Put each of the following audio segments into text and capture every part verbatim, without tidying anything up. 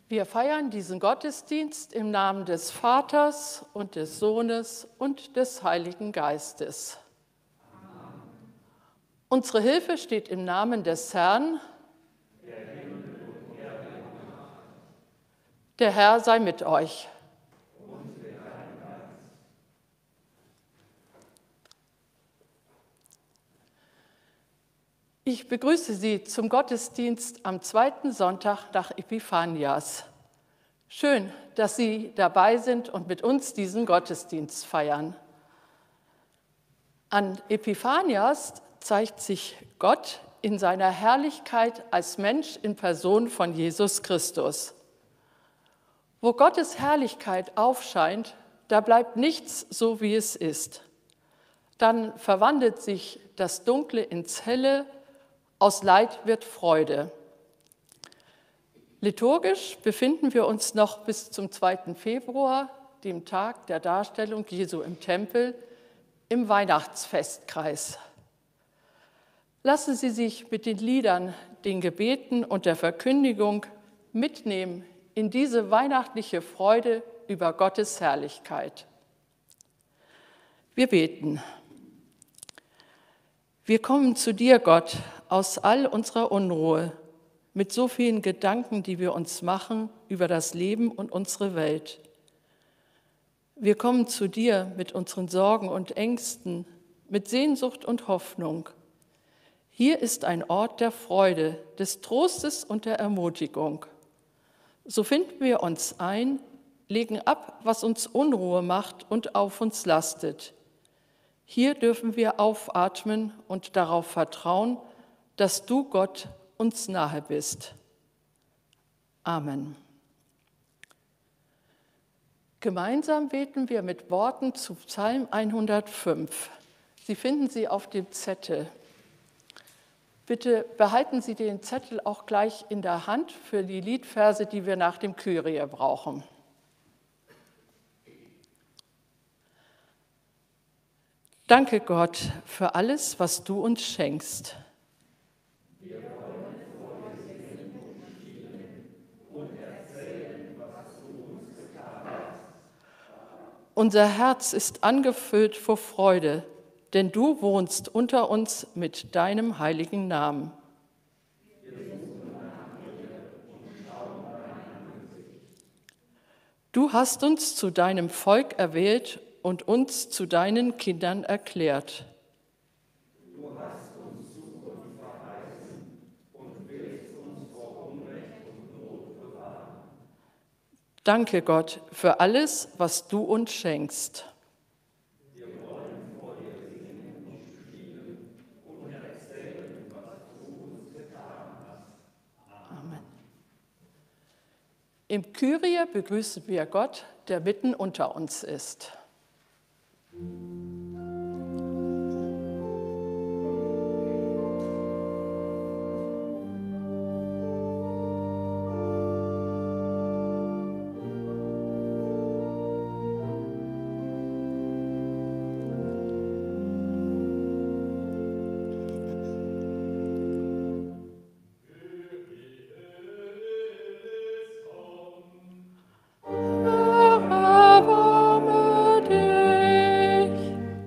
Wir feiern diesen Gottesdienst im Namen des Vaters und des Sohnes und des Heiligen Geistes. Amen. Unsere Hilfe steht im Namen des Herrn. Der Herr sei mit euch. Ich begrüße Sie zum Gottesdienst am zweiten Sonntag nach Epiphanias. Schön, dass Sie dabei sind und mit uns diesen Gottesdienst feiern. An Epiphanias zeigt sich Gott in seiner Herrlichkeit als Mensch in Person von Jesus Christus. Wo Gottes Herrlichkeit aufscheint, da bleibt nichts so, wie es ist. Dann verwandelt sich das Dunkle ins Helle, aus Leid wird Freude. Liturgisch befinden wir uns noch bis zum zweiten Februar, dem Tag der Darstellung Jesu im Tempel, im Weihnachtsfestkreis. Lassen Sie sich mit den Liedern, den Gebeten und der Verkündigung mitnehmen in diese weihnachtliche Freude über Gottes Herrlichkeit. Wir beten. Wir kommen zu dir, Gott, aus all unserer Unruhe, mit so vielen Gedanken, die wir uns machen über das Leben und unsere Welt. Wir kommen zu dir mit unseren Sorgen und Ängsten, mit Sehnsucht und Hoffnung. Hier ist ein Ort der Freude, des Trostes und der Ermutigung. So finden wir uns ein, legen ab, was uns Unruhe macht und auf uns lastet. Hier dürfen wir aufatmen und darauf vertrauen, dass du, Gott, uns nahe bist. Amen. Gemeinsam beten wir mit Worten zu Psalm hundertfünf. Sie finden sie auf dem Zettel. Bitte behalten Sie den Zettel auch gleich in der Hand für die Liedverse, die wir nach dem Kyrie brauchen. Danke Gott für alles, was du uns schenkst. Wir wollen vor dir singen und spielen und erzählen, was du uns getan hast. Unser Herz ist angefüllt vor Freude, denn du wohnst unter uns mit deinem heiligen Namen. Wir suchen nach dir und schauen dein Angesicht. Du hast uns zu deinem Volk erwählt und uns zu deinen Kindern erklärt. Du hast uns Zukunft verheißen und willst uns vor Unrecht und Not bewahren. Danke Gott für alles, was du uns schenkst. Wir wollen vor dir singen und spielen und erzählen, was du uns getan hast. Amen. Im Kyrie begrüßen wir Gott, der mitten unter uns ist. Erbarme dich.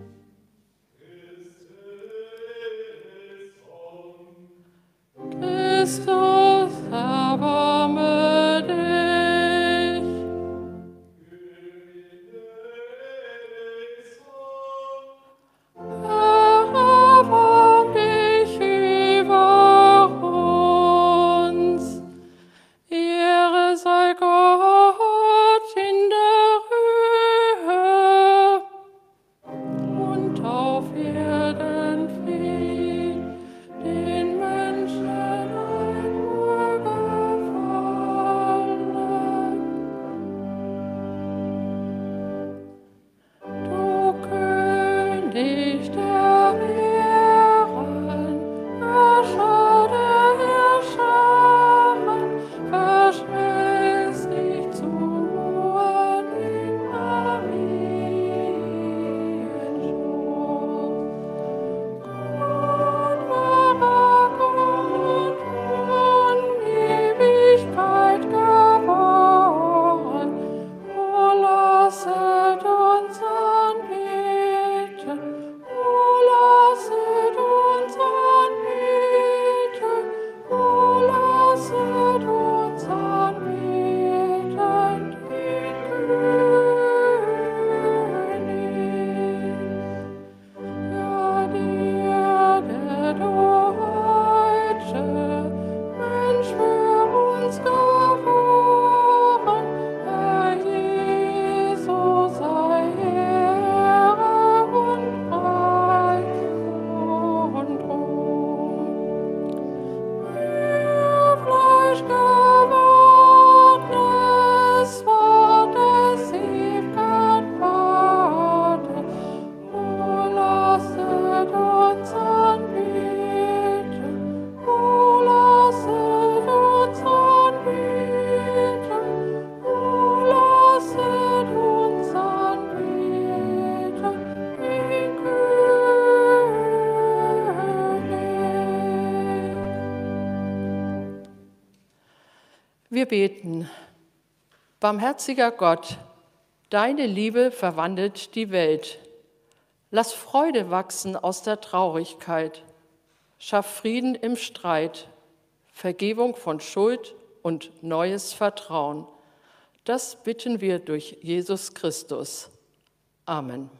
Wir beten. Barmherziger Gott, deine Liebe verwandelt die Welt. Lass Freude wachsen aus der Traurigkeit. Schaff Frieden im Streit, Vergebung von Schuld und neues Vertrauen. Das bitten wir durch Jesus Christus. Amen.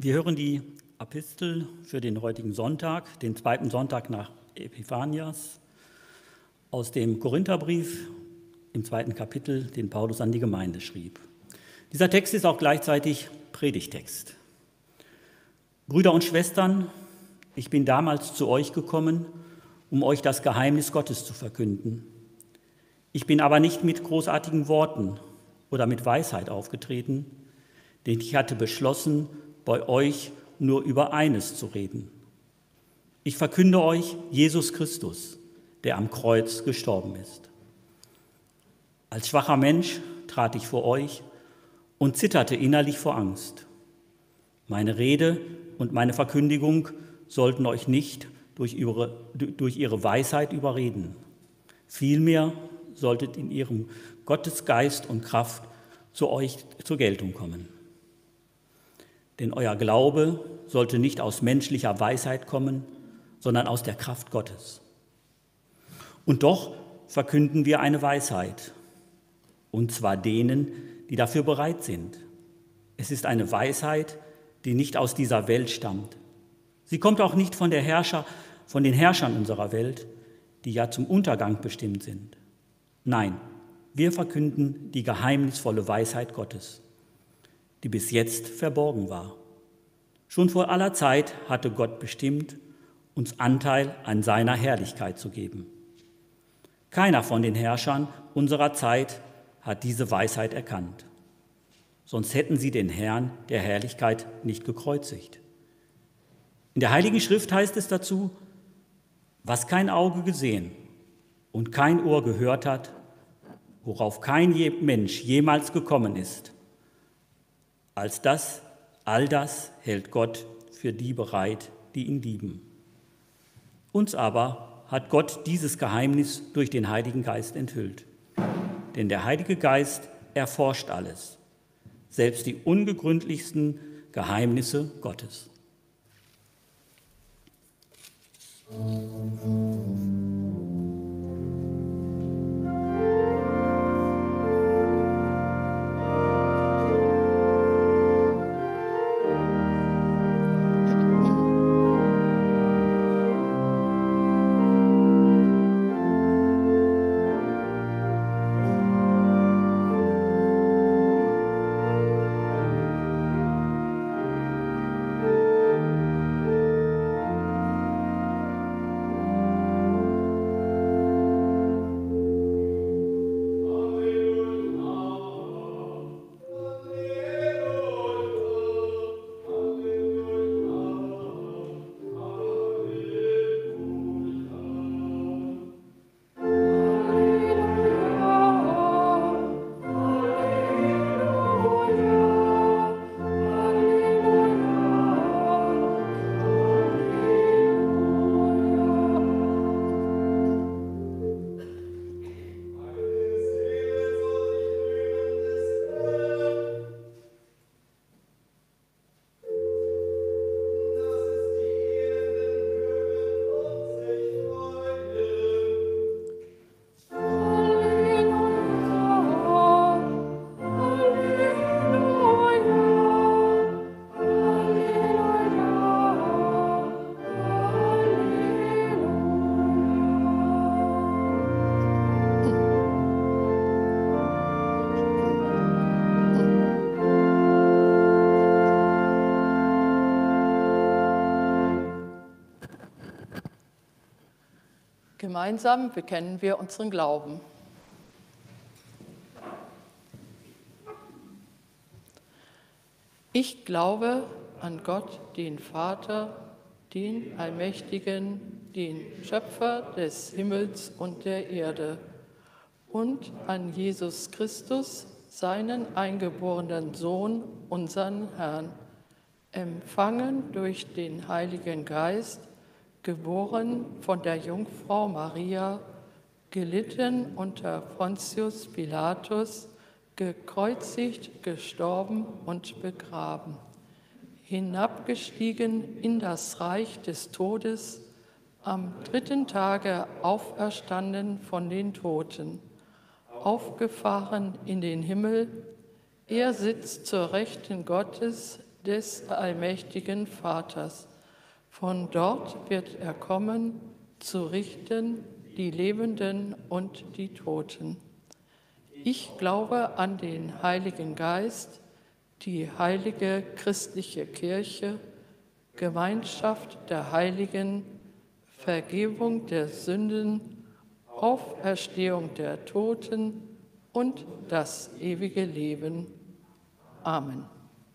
Wir hören die Epistel für den heutigen Sonntag, den zweiten Sonntag nach Epiphanias, aus dem Korintherbrief im zweiten Kapitel, den Paulus an die Gemeinde schrieb. Dieser Text ist auch gleichzeitig Predigtext. Brüder und Schwestern, ich bin damals zu euch gekommen, um euch das Geheimnis Gottes zu verkünden. Ich bin aber nicht mit großartigen Worten oder mit Weisheit aufgetreten, denn ich hatte beschlossen, bei euch nur über eines zu reden. Ich verkünde euch Jesus Christus, der am Kreuz gestorben ist. Als schwacher Mensch trat ich vor euch und zitterte innerlich vor Angst. Meine Rede und meine Verkündigung sollten euch nicht durch ihre, durch ihre Weisheit überreden. Vielmehr solltet in ihrem Gottesgeist und Kraft zu euch zur Geltung kommen. Denn euer Glaube sollte nicht aus menschlicher Weisheit kommen, sondern aus der Kraft Gottes. Und doch verkünden wir eine Weisheit, und zwar denen, die dafür bereit sind. Es ist eine Weisheit, die nicht aus dieser Welt stammt. Sie kommt auch nicht von der Herrscher, von den Herrschern unserer Welt, die ja zum Untergang bestimmt sind. Nein, wir verkünden die geheimnisvolle Weisheit Gottes, die bis jetzt verborgen war. Schon vor aller Zeit hatte Gott bestimmt, uns Anteil an seiner Herrlichkeit zu geben. Keiner von den Herrschern unserer Zeit hat diese Weisheit erkannt. Sonst hätten sie den Herrn der Herrlichkeit nicht gekreuzigt. In der Heiligen Schrift heißt es dazu, was kein Auge gesehen und kein Ohr gehört hat, worauf kein Mensch jemals gekommen ist. Als das, all das hält Gott für die bereit, die ihn lieben. Uns aber hat Gott dieses Geheimnis durch den Heiligen Geist enthüllt. Denn der Heilige Geist erforscht alles, selbst die ungegründlichsten Geheimnisse Gottes. Gemeinsam bekennen wir unseren Glauben. Ich glaube an Gott, den Vater, den Allmächtigen, den Schöpfer des Himmels und der Erde, und an Jesus Christus, seinen eingeborenen Sohn, unseren Herrn, empfangen durch den Heiligen Geist, geboren von der Jungfrau Maria, gelitten unter Pontius Pilatus, gekreuzigt, gestorben und begraben, hinabgestiegen in das Reich des Todes, am dritten Tage auferstanden von den Toten, aufgefahren in den Himmel, er sitzt zur Rechten Gottes, des allmächtigen Vaters. Von dort wird er kommen, zu richten die Lebenden und die Toten. Ich glaube an den Heiligen Geist, die heilige christliche Kirche, Gemeinschaft der Heiligen, Vergebung der Sünden, Auferstehung der Toten und das ewige Leben. Amen.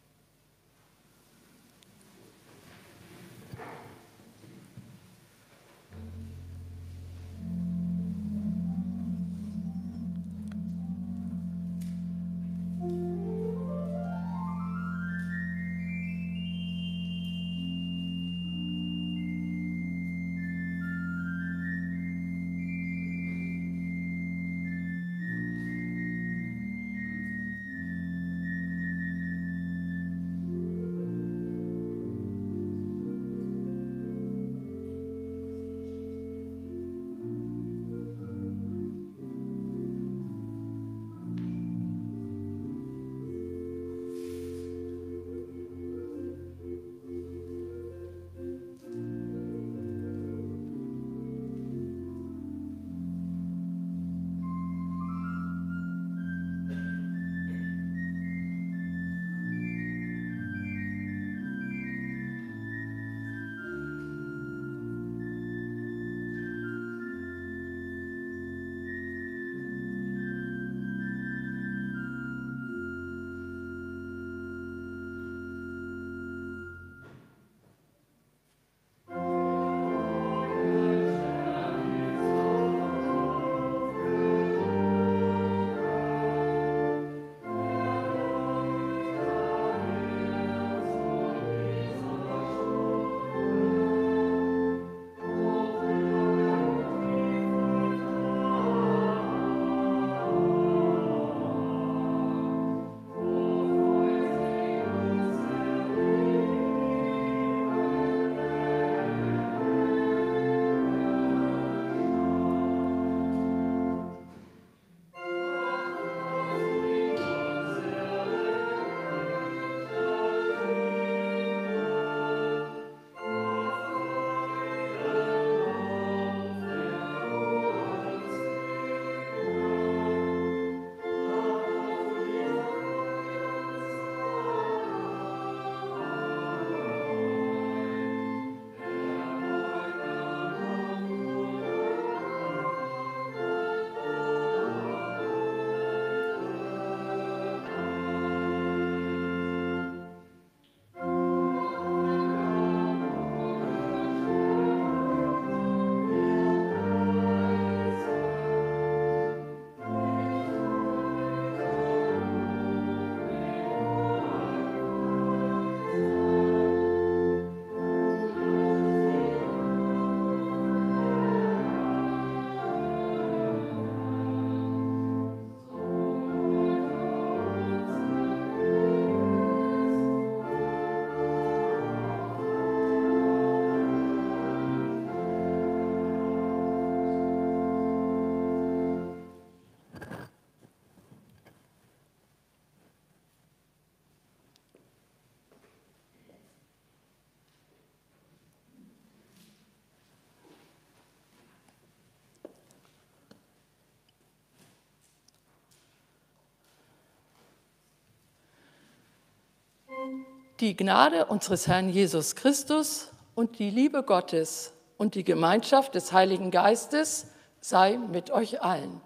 Die Gnade unseres Herrn Jesus Christus und die Liebe Gottes und die Gemeinschaft des Heiligen Geistes sei mit euch allen.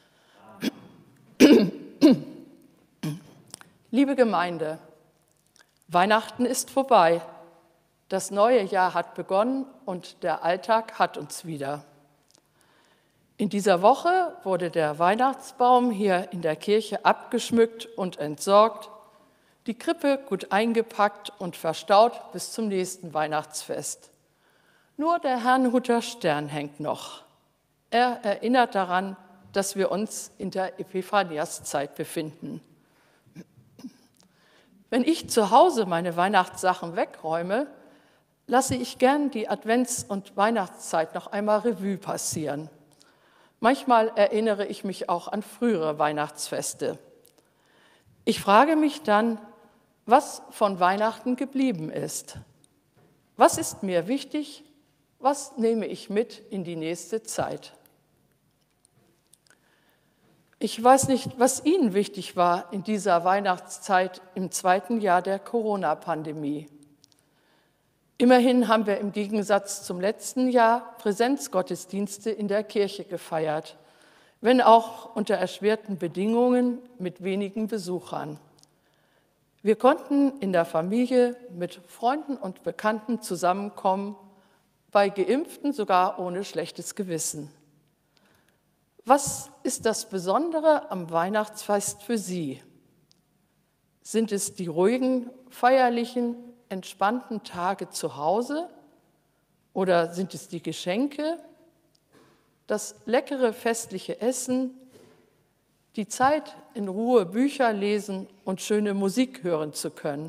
Liebe Gemeinde, Weihnachten ist vorbei, das neue Jahr hat begonnen und der Alltag hat uns wieder. In dieser Woche wurde der Weihnachtsbaum hier in der Kirche abgeschmückt und entsorgt, die Krippe gut eingepackt und verstaut bis zum nächsten Weihnachtsfest. Nur der Herrnhuter Stern hängt noch. Er erinnert daran, dass wir uns in der Epiphaniaszeit befinden. Wenn ich zu Hause meine Weihnachtssachen wegräume, lasse ich gern die Advents- und Weihnachtszeit noch einmal Revue passieren. Manchmal erinnere ich mich auch an frühere Weihnachtsfeste. Ich frage mich dann, was von Weihnachten geblieben ist. Was ist mir wichtig? Was nehme ich mit in die nächste Zeit? Ich weiß nicht, was Ihnen wichtig war in dieser Weihnachtszeit im zweiten Jahr der Corona-Pandemie. Immerhin haben wir im Gegensatz zum letzten Jahr Präsenzgottesdienste in der Kirche gefeiert, wenn auch unter erschwerten Bedingungen mit wenigen Besuchern. Wir konnten in der Familie mit Freunden und Bekannten zusammenkommen, bei Geimpften sogar ohne schlechtes Gewissen. Was ist das Besondere am Weihnachtsfest für Sie? Sind es die ruhigen, feierlichen, entspannten Tage zu Hause oder sind es die Geschenke, das leckere festliche Essen, die Zeit, in Ruhe Bücher lesen und schöne Musik hören zu können?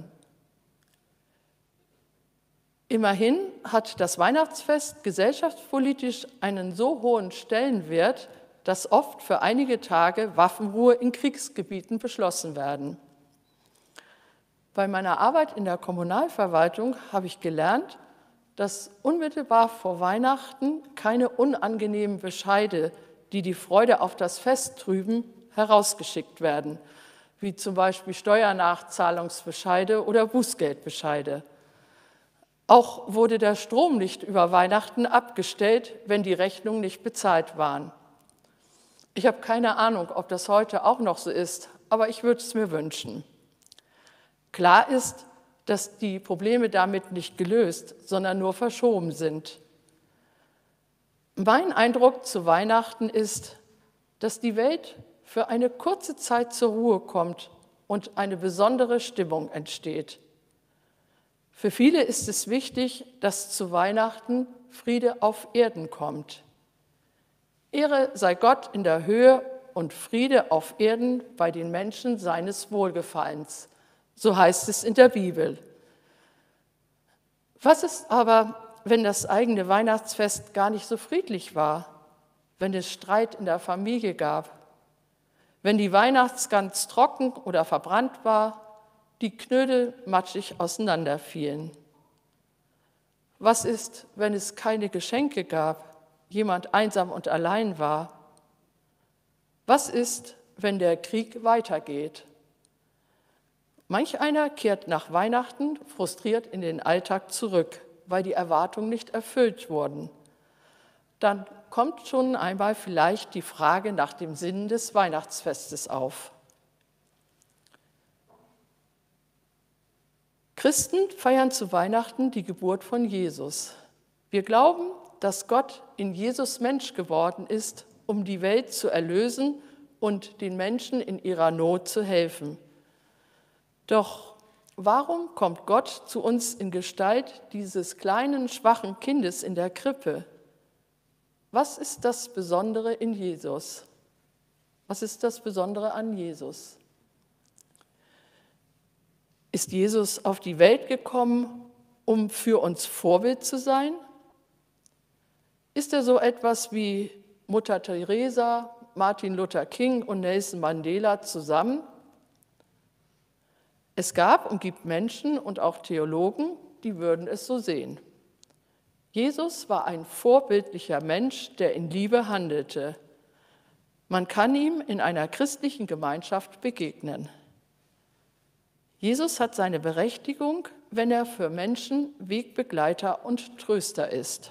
Immerhin hat das Weihnachtsfest gesellschaftspolitisch einen so hohen Stellenwert, dass oft für einige Tage Waffenruhe in Kriegsgebieten beschlossen werden. Bei meiner Arbeit in der Kommunalverwaltung habe ich gelernt, dass unmittelbar vor Weihnachten keine unangenehmen Bescheide, die die Freude auf das Fest trüben, herausgeschickt werden, wie zum Beispiel Steuernachzahlungsbescheide oder Bußgeldbescheide. Auch wurde der Strom nicht über Weihnachten abgestellt, wenn die Rechnungen nicht bezahlt waren. Ich habe keine Ahnung, ob das heute auch noch so ist, aber ich würde es mir wünschen. Klar ist, dass die Probleme damit nicht gelöst, sondern nur verschoben sind. Mein Eindruck zu Weihnachten ist, dass die Welt für eine kurze Zeit zur Ruhe kommt und eine besondere Stimmung entsteht. Für viele ist es wichtig, dass zu Weihnachten Friede auf Erden kommt. Ehre sei Gott in der Höhe und Friede auf Erden bei den Menschen seines Wohlgefallens. So heißt es in der Bibel. Was ist aber, wenn das eigene Weihnachtsfest gar nicht so friedlich war, wenn es Streit in der Familie gab, wenn die Weihnachtsgans trocken oder verbrannt war, die Knödel matschig auseinanderfielen? Was ist, wenn es keine Geschenke gab, jemand einsam und allein war? Was ist, wenn der Krieg weitergeht? Manch einer kehrt nach Weihnachten frustriert in den Alltag zurück, weil die Erwartungen nicht erfüllt wurden. Dann kommt schon einmal vielleicht die Frage nach dem Sinn des Weihnachtsfestes auf. Christen feiern zu Weihnachten die Geburt von Jesus. Wir glauben, dass Gott in Jesus Mensch geworden ist, um die Welt zu erlösen und den Menschen in ihrer Not zu helfen. Doch warum kommt Gott zu uns in Gestalt dieses kleinen, schwachen Kindes in der Krippe? Was ist das Besondere in Jesus? Was ist das Besondere an Jesus? Ist Jesus auf die Welt gekommen, um für uns Vorbild zu sein? Ist er so etwas wie Mutter Teresa, Martin Luther King und Nelson Mandela zusammen? Es gab und gibt Menschen und auch Theologen, die würden es so sehen. Jesus war ein vorbildlicher Mensch, der in Liebe handelte. Man kann ihm in einer christlichen Gemeinschaft begegnen. Jesus hat seine Berechtigung, wenn er für Menschen Wegbegleiter und Tröster ist.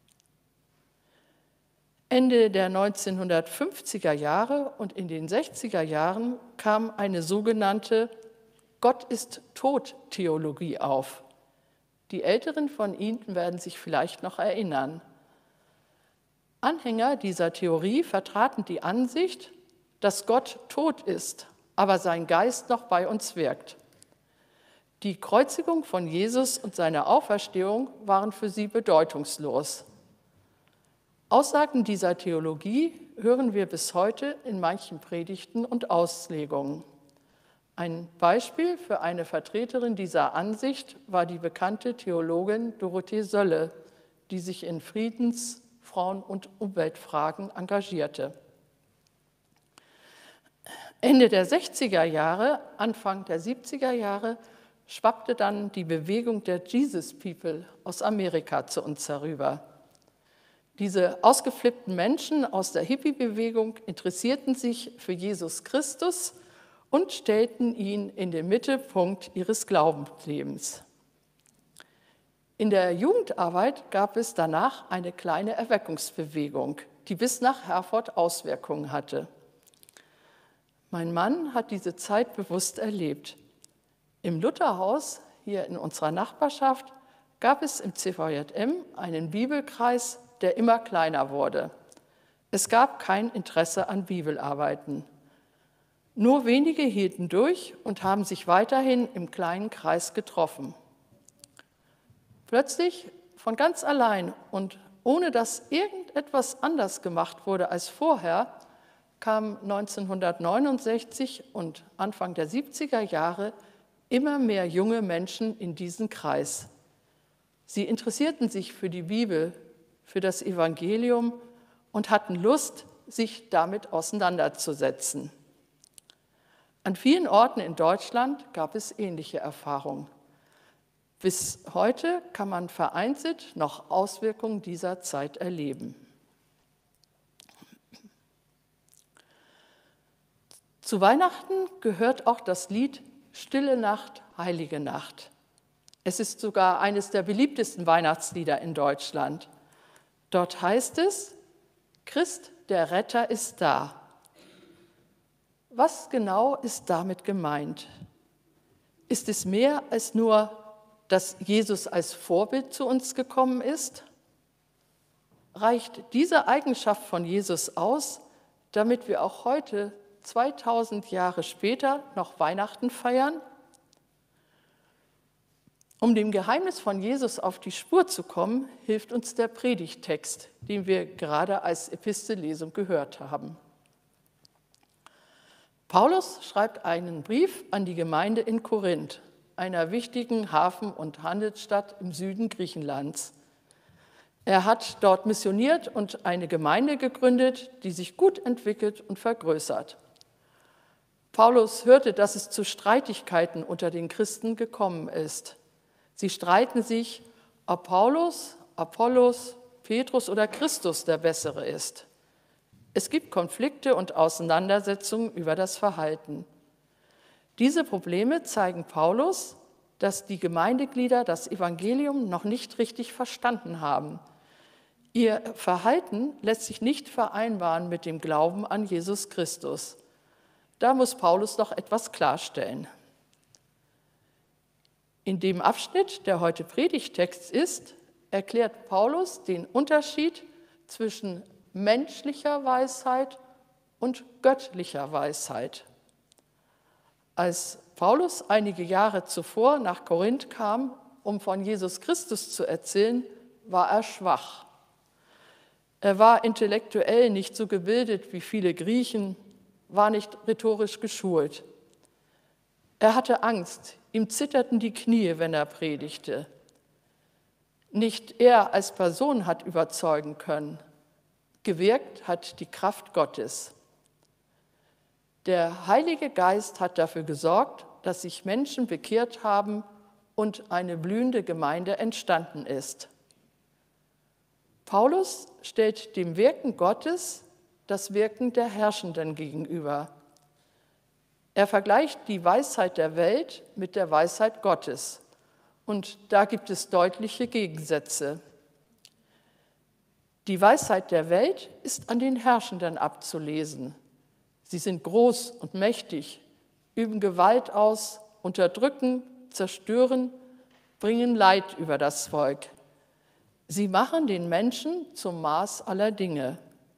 Ende der neunzehnhundertfünfziger Jahre und in den sechziger Jahren kam eine sogenannte Gott ist tot-Theologie auf. Die Älteren von Ihnen werden sich vielleicht noch erinnern. Anhänger dieser Theorie vertraten die Ansicht, dass Gott tot ist, aber sein Geist noch bei uns wirkt. Die Kreuzigung von Jesus und seine Auferstehung waren für sie bedeutungslos. Aussagen dieser Theologie hören wir bis heute in manchen Predigten und Auslegungen. Ein Beispiel für eine Vertreterin dieser Ansicht war die bekannte Theologin Dorothee Sölle, die sich in Friedens-, Frauen- und Umweltfragen engagierte. Ende der sechziger Jahre, Anfang der siebziger Jahre schwappte dann die Bewegung der Jesus People aus Amerika zu uns herüber. Diese ausgeflippten Menschen aus der Hippie-Bewegung interessierten sich für Jesus Christus und stellten ihn in den Mittelpunkt ihres Glaubenslebens. In der Jugendarbeit gab es danach eine kleine Erweckungsbewegung, die bis nach Herford Auswirkungen hatte. Mein Mann hat diese Zeit bewusst erlebt. Im Lutherhaus, hier in unserer Nachbarschaft, gab es im C V J M einen Bibelkreis, der immer kleiner wurde. Es gab kein Interesse an Bibelarbeiten. Nur wenige hielten durch und haben sich weiterhin im kleinen Kreis getroffen. Plötzlich, von ganz allein und ohne dass irgendetwas anders gemacht wurde als vorher, kamen neunzehnhundertneunundsechzig und Anfang der siebziger Jahre immer mehr junge Menschen in diesen Kreis. Sie interessierten sich für die Bibel, für das Evangelium und hatten Lust, sich damit auseinanderzusetzen. An vielen Orten in Deutschland gab es ähnliche Erfahrungen. Bis heute kann man vereinzelt noch Auswirkungen dieser Zeit erleben. Zu Weihnachten gehört auch das Lied Stille Nacht, Heilige Nacht. Es ist sogar eines der beliebtesten Weihnachtslieder in Deutschland. Dort heißt es, Christ, der Retter, ist da. Was genau ist damit gemeint? Ist es mehr als nur, dass Jesus als Vorbild zu uns gekommen ist? Reicht diese Eigenschaft von Jesus aus, damit wir auch heute, zweitausend Jahre später, noch Weihnachten feiern? Um dem Geheimnis von Jesus auf die Spur zu kommen, hilft uns der Predigttext, den wir gerade als Epistellesung gehört haben. Paulus schreibt einen Brief an die Gemeinde in Korinth, einer wichtigen Hafen- und Handelsstadt im Süden Griechenlands. Er hat dort missioniert und eine Gemeinde gegründet, die sich gut entwickelt und vergrößert. Paulus hörte, dass es zu Streitigkeiten unter den Christen gekommen ist. Sie streiten sich, ob Paulus, Apollos, Petrus oder Christus der Bessere ist. Es gibt Konflikte und Auseinandersetzungen über das Verhalten. Diese Probleme zeigen Paulus, dass die Gemeindeglieder das Evangelium noch nicht richtig verstanden haben. Ihr Verhalten lässt sich nicht vereinbaren mit dem Glauben an Jesus Christus. Da muss Paulus noch etwas klarstellen. In dem Abschnitt, der heute Predigtext ist, erklärt Paulus den Unterschied zwischen menschlicher Weisheit und göttlicher Weisheit. Als Paulus einige Jahre zuvor nach Korinth kam, um von Jesus Christus zu erzählen, war er schwach. Er war intellektuell nicht so gebildet wie viele Griechen, war nicht rhetorisch geschult. Er hatte Angst, ihm zitterten die Knie, wenn er predigte. Nicht er als Person hat überzeugen können. Gewirkt hat die Kraft Gottes. Der Heilige Geist hat dafür gesorgt, dass sich Menschen bekehrt haben und eine blühende Gemeinde entstanden ist. Paulus stellt dem Wirken Gottes das Wirken der Herrschenden gegenüber. Er vergleicht die Weisheit der Welt mit der Weisheit Gottes. Und da gibt es deutliche Gegensätze. Die Weisheit der Welt ist an den Herrschenden abzulesen. Sie sind groß und mächtig, üben Gewalt aus, unterdrücken, zerstören, bringen Leid über das Volk. Sie machen den Menschen zum Maß aller Dinge.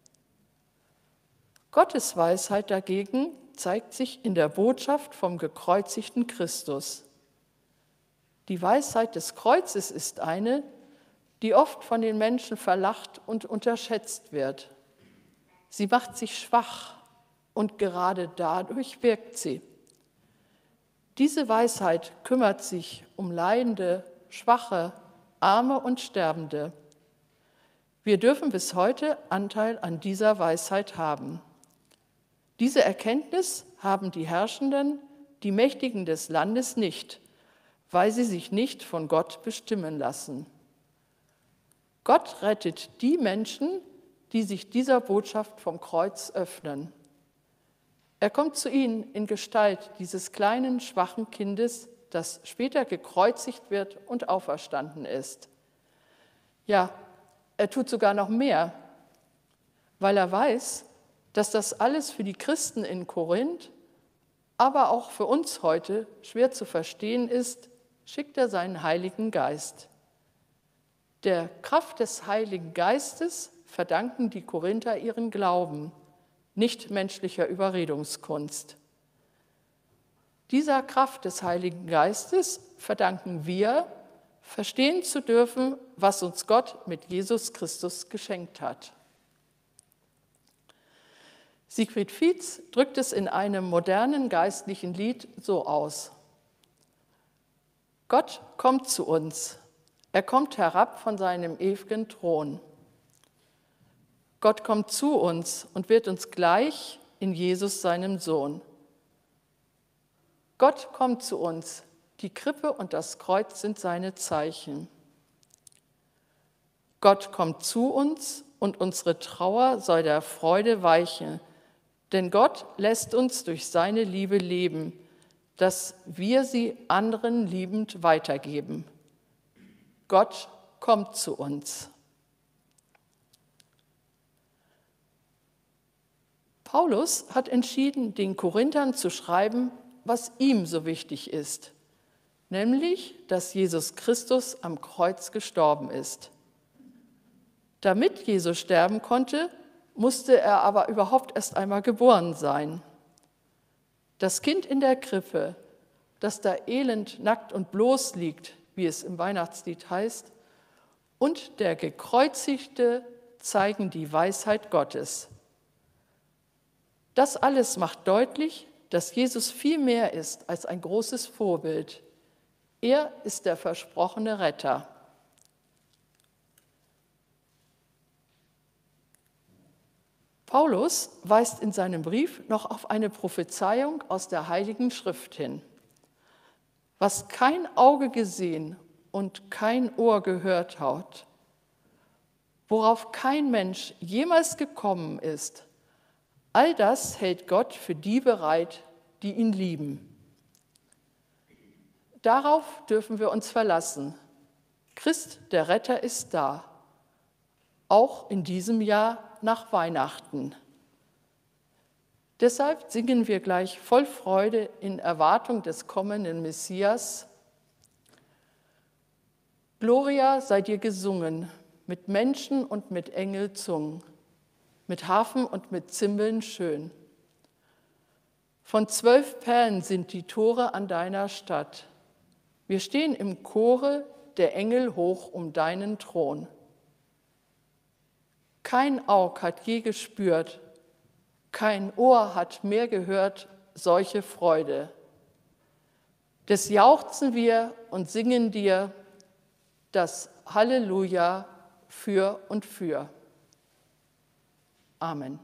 Gottes Weisheit dagegen zeigt sich in der Botschaft vom gekreuzigten Christus. Die Weisheit des Kreuzes ist eine, die oft von den Menschen verlacht und unterschätzt wird. Sie macht sich schwach und gerade dadurch wirkt sie. Diese Weisheit kümmert sich um Leidende, Schwache, Arme und Sterbende. Wir dürfen bis heute Anteil an dieser Weisheit haben. Diese Erkenntnis haben die Herrschenden, die Mächtigen des Landes nicht, weil sie sich nicht von Gott bestimmen lassen. Gott rettet die Menschen, die sich dieser Botschaft vom Kreuz öffnen. Er kommt zu ihnen in Gestalt dieses kleinen, schwachen Kindes, das später gekreuzigt wird und auferstanden ist. Ja, er tut sogar noch mehr, weil er weiß, dass das alles für die Christen in Korinth, aber auch für uns heute schwer zu verstehen ist, schickt er seinen Heiligen Geist. Der Kraft des Heiligen Geistes verdanken die Korinther ihren Glauben, nicht menschlicher Überredungskunst. Dieser Kraft des Heiligen Geistes verdanken wir, verstehen zu dürfen, was uns Gott mit Jesus Christus geschenkt hat. Siegfried Fietz drückt es in einem modernen geistlichen Lied so aus: Gott kommt zu uns, er kommt herab von seinem ewigen Thron. Gott kommt zu uns und wird uns gleich in Jesus, seinem Sohn. Gott kommt zu uns, die Krippe und das Kreuz sind seine Zeichen. Gott kommt zu uns und unsere Trauer soll der Freude weichen, denn Gott lässt uns durch seine Liebe leben, dass wir sie anderen liebend weitergeben. Gott kommt zu uns. Paulus hat entschieden, den Korinthern zu schreiben, was ihm so wichtig ist, nämlich, dass Jesus Christus am Kreuz gestorben ist. Damit Jesus sterben konnte, musste er aber überhaupt erst einmal geboren sein. Das Kind in der Krippe, das da elend, nackt und bloß liegt, wie es im Weihnachtslied heißt, und der Gekreuzigte zeigen die Weisheit Gottes. Das alles macht deutlich, dass Jesus viel mehr ist als ein großes Vorbild. Er ist der versprochene Retter. Paulus weist in seinem Brief noch auf eine Prophezeiung aus der Heiligen Schrift hin. Was kein Auge gesehen und kein Ohr gehört hat, worauf kein Mensch jemals gekommen ist, all das hält Gott für die bereit, die ihn lieben. Darauf dürfen wir uns verlassen. Christ, der Retter, ist da, auch in diesem Jahr nach Weihnachten. Deshalb singen wir gleich voll Freude in Erwartung des kommenden Messias: Gloria sei dir gesungen, mit Menschen und mit Engelzungen, mit Harfen und mit Zimbeln schön. Von zwölf Perlen sind die Tore an deiner Stadt. Wir stehen im Chore der Engel hoch um deinen Thron. Kein Aug hat je gespürt, kein Ohr hat mehr gehört solche Freude. Des jauchzen wir und singen dir das Halleluja für und für. Amen.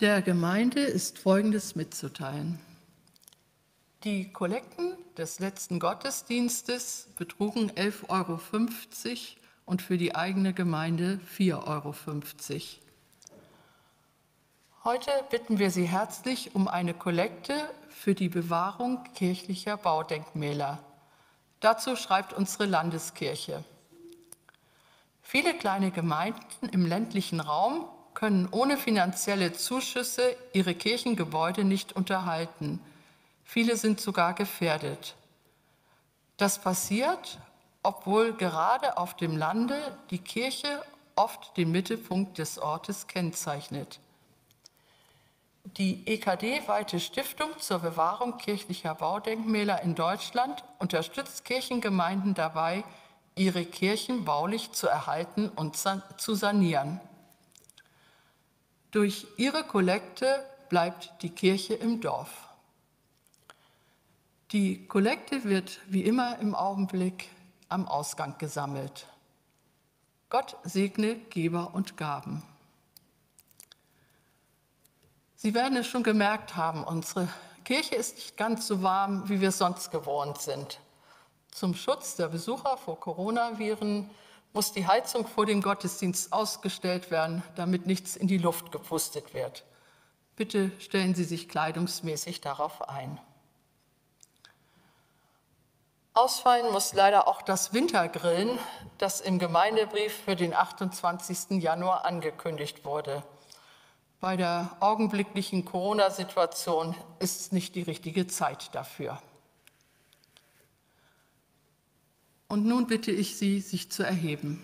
Der Gemeinde ist Folgendes mitzuteilen. Die Kollekten des letzten Gottesdienstes betrugen elf Euro fünfzig und für die eigene Gemeinde vier Euro fünfzig. Heute bitten wir Sie herzlich um eine Kollekte für die Bewahrung kirchlicher Baudenkmäler. Dazu schreibt unsere Landeskirche. Viele kleine Gemeinden im ländlichen Raum können ohne finanzielle Zuschüsse ihre Kirchengebäude nicht unterhalten. Viele sind sogar gefährdet. Das passiert, obwohl gerade auf dem Lande die Kirche oft den Mittelpunkt des Ortes kennzeichnet. Die E K D-weite Stiftung zur Bewahrung kirchlicher Baudenkmäler in Deutschland unterstützt Kirchengemeinden dabei, ihre Kirchen baulich zu erhalten und zu sanieren. Durch ihre Kollekte bleibt die Kirche im Dorf. Die Kollekte wird wie immer im Augenblick am Ausgang gesammelt. Gott segne Geber und Gaben. Sie werden es schon gemerkt haben, unsere Kirche ist nicht ganz so warm, wie wir es sonst gewohnt sind. Zum Schutz der Besucher vor Coronaviren muss die Heizung vor dem Gottesdienst ausgestellt werden, damit nichts in die Luft gepustet wird. Bitte stellen Sie sich kleidungsmäßig darauf ein. Ausfallen muss leider auch das Wintergrillen, das im Gemeindebrief für den achtundzwanzigsten Januar angekündigt wurde. Bei der augenblicklichen Corona-Situation ist es nicht die richtige Zeit dafür. Und nun bitte ich Sie, sich zu erheben.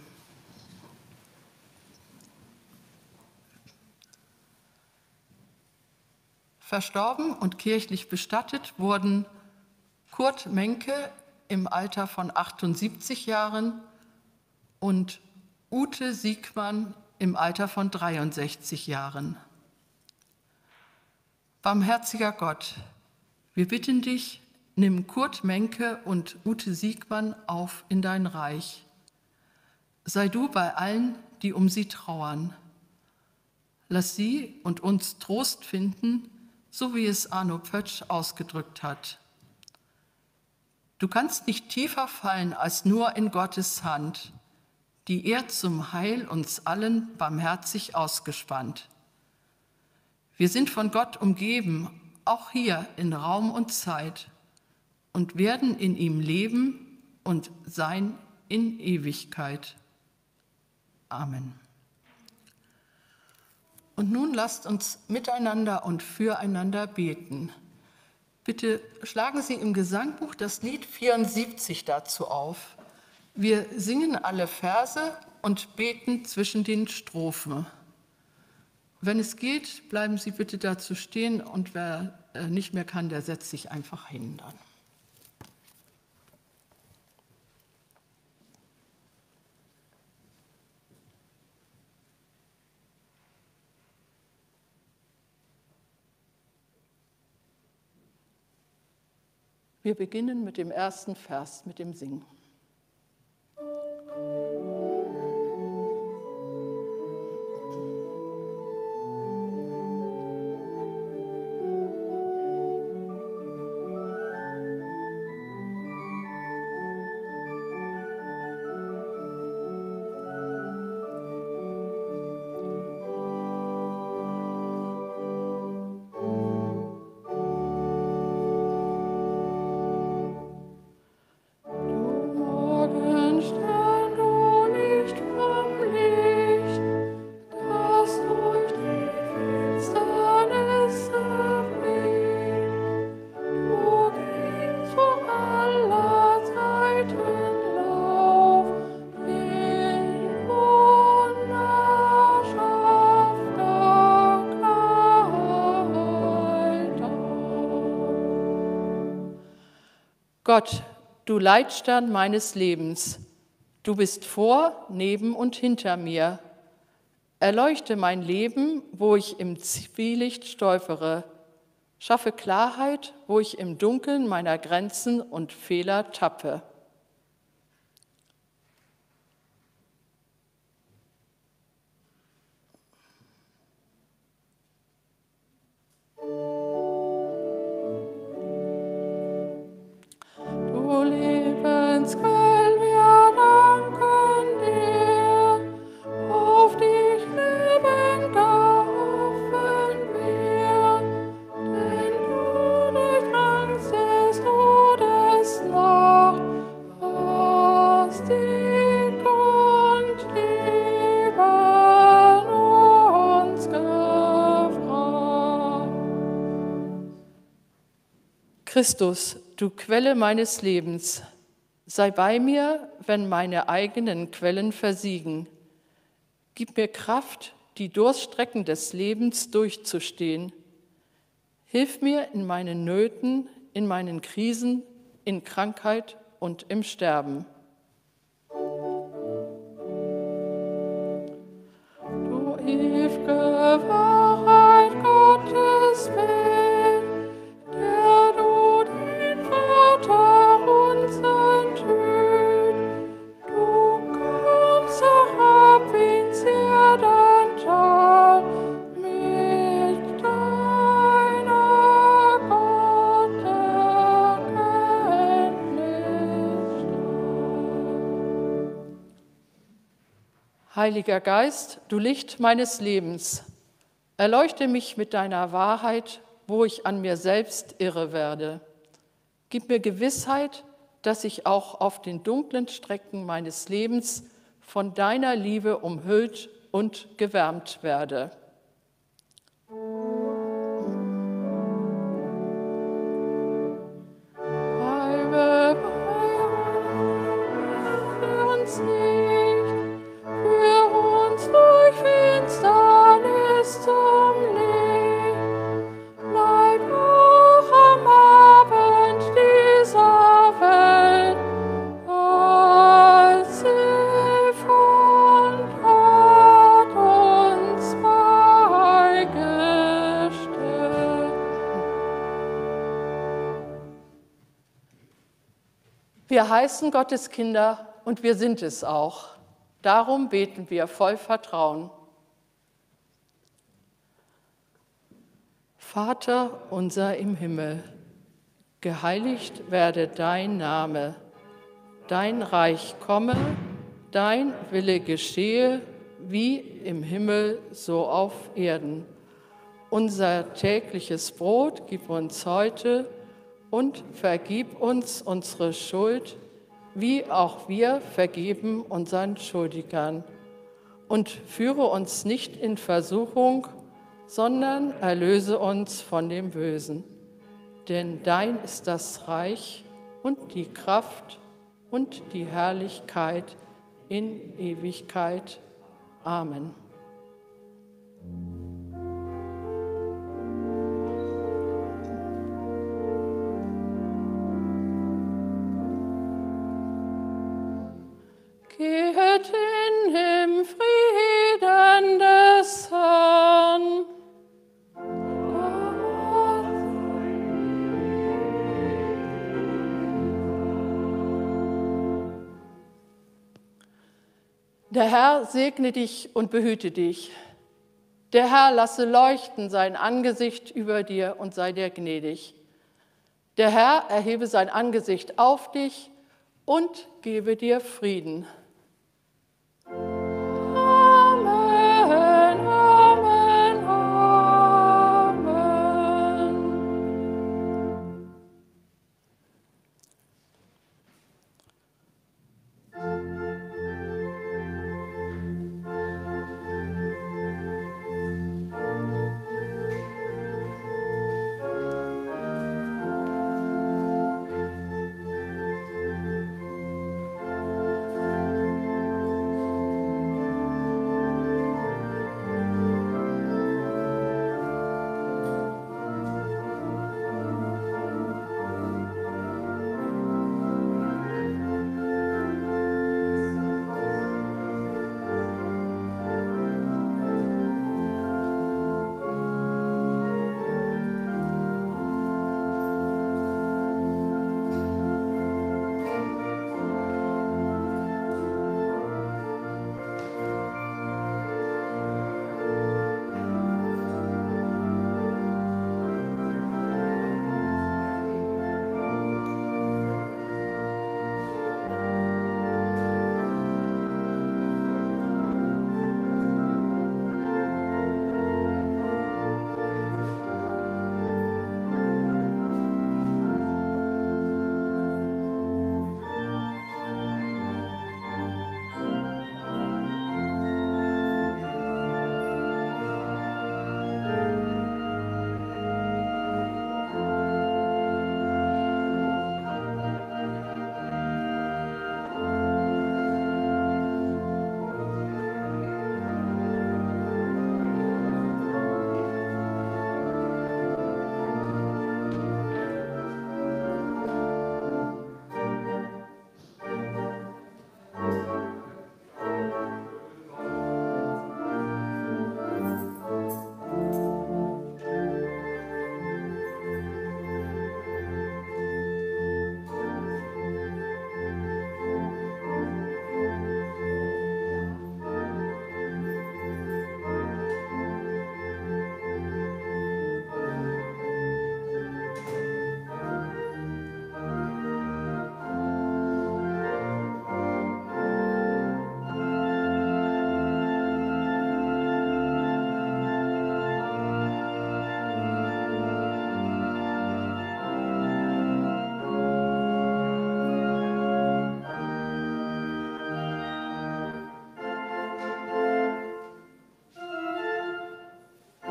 Verstorben und kirchlich bestattet wurden Kurt Menke im Alter von achtundsiebzig Jahren und Ute Siegmann im Alter von dreiundsechzig Jahren. Barmherziger Gott, wir bitten dich, nimm Kurt Menke und Ute Siegmann auf in dein Reich. Sei du bei allen, die um sie trauern. Lass sie und uns Trost finden, so wie es Arno Pötsch ausgedrückt hat. Du kannst nicht tiefer fallen als nur in Gottes Hand, die er zum Heil uns allen barmherzig ausgespannt. Wir sind von Gott umgeben, auch hier in Raum und Zeit, und werden in ihm leben und sein in Ewigkeit. Amen. Und nun lasst uns miteinander und füreinander beten. Bitte schlagen Sie im Gesangbuch das Lied vierundsiebzig dazu auf. Wir singen alle Verse und beten zwischen den Strophen. Wenn es geht, bleiben Sie bitte dazu stehen und wer nicht mehr kann, der setzt sich einfach hin dann. Wir beginnen mit dem ersten Vers, mit dem Singen. Gott, du Leitstern meines Lebens, du bist vor, neben und hinter mir. Erleuchte mein Leben, wo ich im Zwielicht stolpere. Schaffe Klarheit, wo ich im Dunkeln meiner Grenzen und Fehler tappe. Christus, du Quelle meines Lebens, sei bei mir, wenn meine eigenen Quellen versiegen. Gib mir Kraft, die Durststrecken des Lebens durchzustehen. Hilf mir in meinen Nöten, in meinen Krisen, in Krankheit und im Sterben. Du ew'ge Wahrheit Gottes Weg, der du den Vater uns enthüllt, du kommst herab ins Erdental mit deiner Gotterkenntnis. Heiliger Geist, du Licht meines Lebens, erleuchte mich mit deiner Wahrheit, wo ich an mir selbst irre werde. Gib mir Gewissheit, dass ich auch auf den dunklen Strecken meines Lebens von deiner Liebe umhüllt und gewärmt werde. Bleibe bei uns nicht, führ uns durch Finsternis zum Licht. Bleib auch am Abend dieser Welt als Hilf und hat uns beigestellt. Wir heißen Gottes Kinder und wir sind es auch. Darum beten wir voll Vertrauen. Vater unser im Himmel, geheiligt werde dein Name, dein Reich komme, dein Wille geschehe, wie im Himmel so auf Erden. Unser tägliches Brot gib uns heute und vergib uns unsere Schuld, wie auch wir vergeben unseren Schuldigern. Und führe uns nicht in Versuchung, sondern erlöse uns von dem Bösen. Denn dein ist das Reich und die Kraft und die Herrlichkeit in Ewigkeit. Amen. Geht in dem Frieden des Herrn. Der Herr segne dich und behüte dich. Der Herr lasse leuchten sein Angesicht über dir und sei dir gnädig. Der Herr erhebe sein Angesicht auf dich und gebe dir Frieden.